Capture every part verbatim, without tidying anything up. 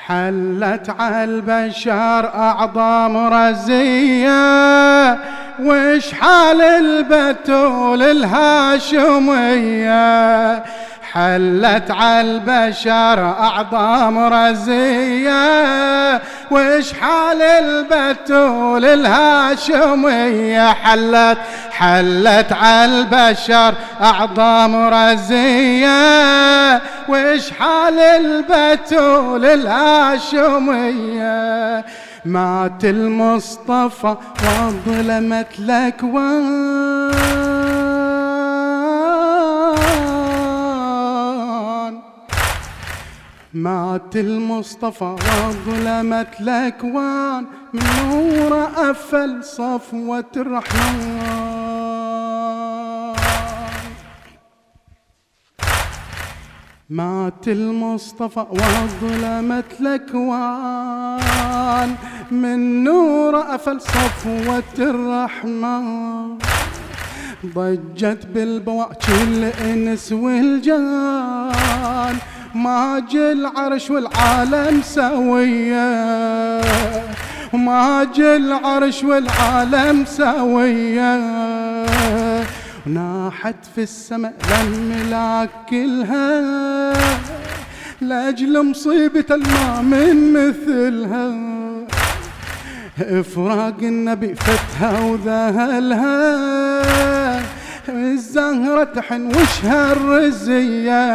حلت عالبشر أعظم رزية، وش حال البتول الهاشمية. حلت عالبشر أعظم رزية، وش حال البتول الهاشمية. حلت حلت عالبشر أعظم رزية، وش حال البتول الهاشمية. مات المصطفى وظلمت الأكوان، مات المصطفى وظلمت الأكوان، من نور أفل صفوة الرحمن. مات المصطفى وظلمت الأكوان، من نور أفل صفوة الرحمن. ضجت بالبواكي الإنس والجان، ماج العرش والعالم سوية، ماج العرش والعالم سوية. وناحت في السماء للملاك كلها، لأجل مصيبة ما من مثلها. إفراق النبي فتها وذهلها، الزهرة تحن وشها الرزية.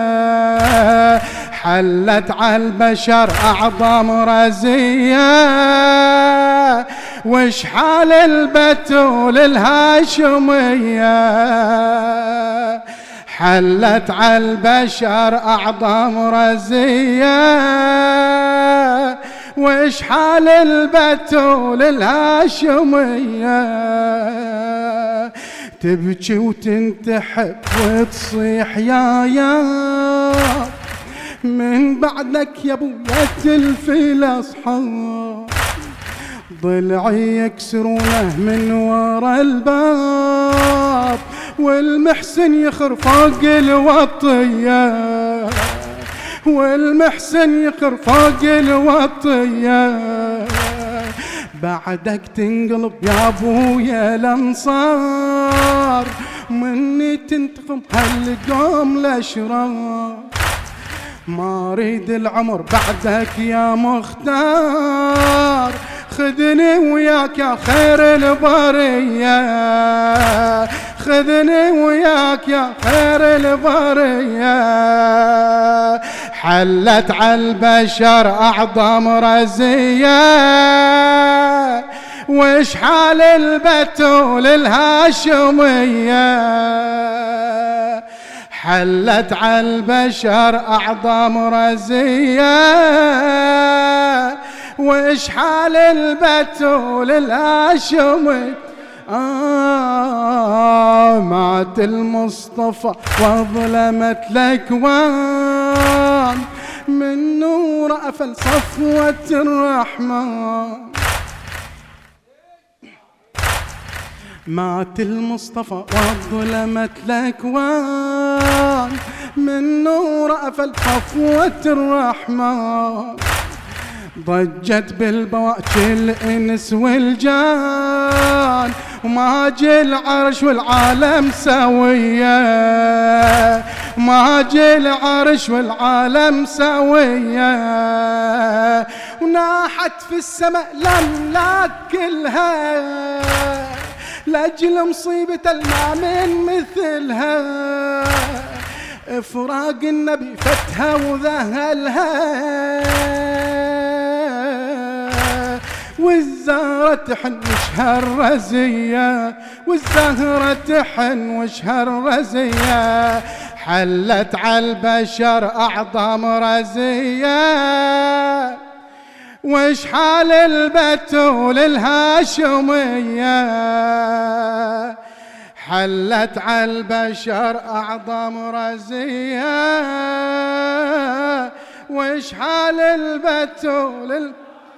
حلت عالبشر أعظم رزية، وش حال البتول الهاشمية. حلت عالبشر أعظم رزية، وش حال البتول الهاشمية. تبكي وتنتحب وتصيح يا يا، من بعدك يا بوية الفيل أصحاب. ضلعي يكسرونه من ورا الباب، والمحسن يخر فوق الوطية، والمحسن يخر فوق الوطية. بعدك تنقلب يا ابويا الانصار، مني تنتقم هالقوم الاشرار. ما اريد العمر بعدك يا مختار، خذني وياك يا خير البرية، خذني وياك يا خير البرية. حلت عالبشر أعظم رزية، وش حال البتول الهاشمية. حلت عالبشر أعظم رزية، وش حال البتول الهاشمي. آه مات المصطفى وظلمت الأكوان، من نور أفل صفوة الرحمن. مات المصطفى وظلمت الأكوان، من نور أفل صفوة الرحمن. ضجت بالبواكي الإنس والجان، وماج العرش والعالم سوية، ماج العرش والعالم سوية. وناحت في السماء الأملاك كلها، لأجل مصيبة ما من مثلها. إفراق النبي فتها وذهلها، والزهرة تحن وشها الرزية، والزهرة تحن وشها الرزية. حلت عالبشر أعظم رزية، وش حال البتول الهاشمية. حلت عالبشر أعظم رزية، وش حال البتول ال...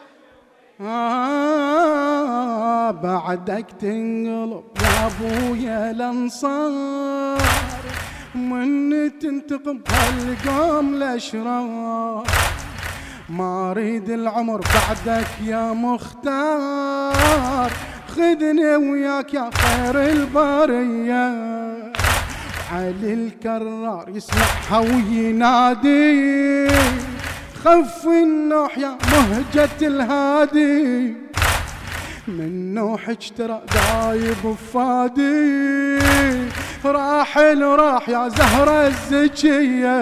آه بعدك تنقلب يا ابويا الانصار، من تنتقم هالقوم الاشرار. ما اريد العمر بعدك يا مختار، خذني وياك يا خير البرية. علي الكرار يسمعها وينادي، خف النوح يا مهجة الهادي، من نوحك ترى دايب بفادي. راحل راح يا زهرة الزكية،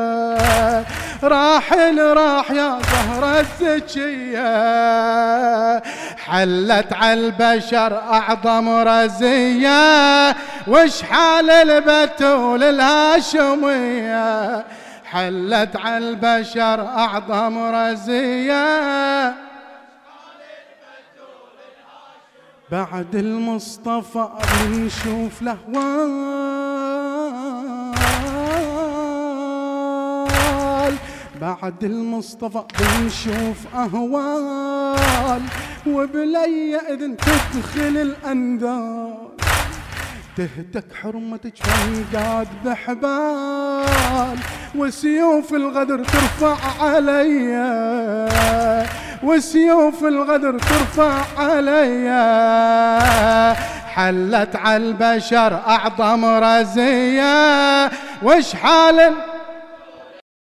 راحل راح يا زهرة الزكية، حلت على البشر أعظم رزية، وش حال البتول الهاشمية، حلت على البشر أعظم رزية. بعد المصطفى بنشوف الأهوال، بعد المصطفى بنشوف أهوال، وبلي إذن تدخل الأنذار، تهتك حرمتك فانقاد بحبال، وسيوف الغدر ترفع عليا، وسيوف الغدر ترفع عليا، حلت على البشر أعظم رزية، وش حال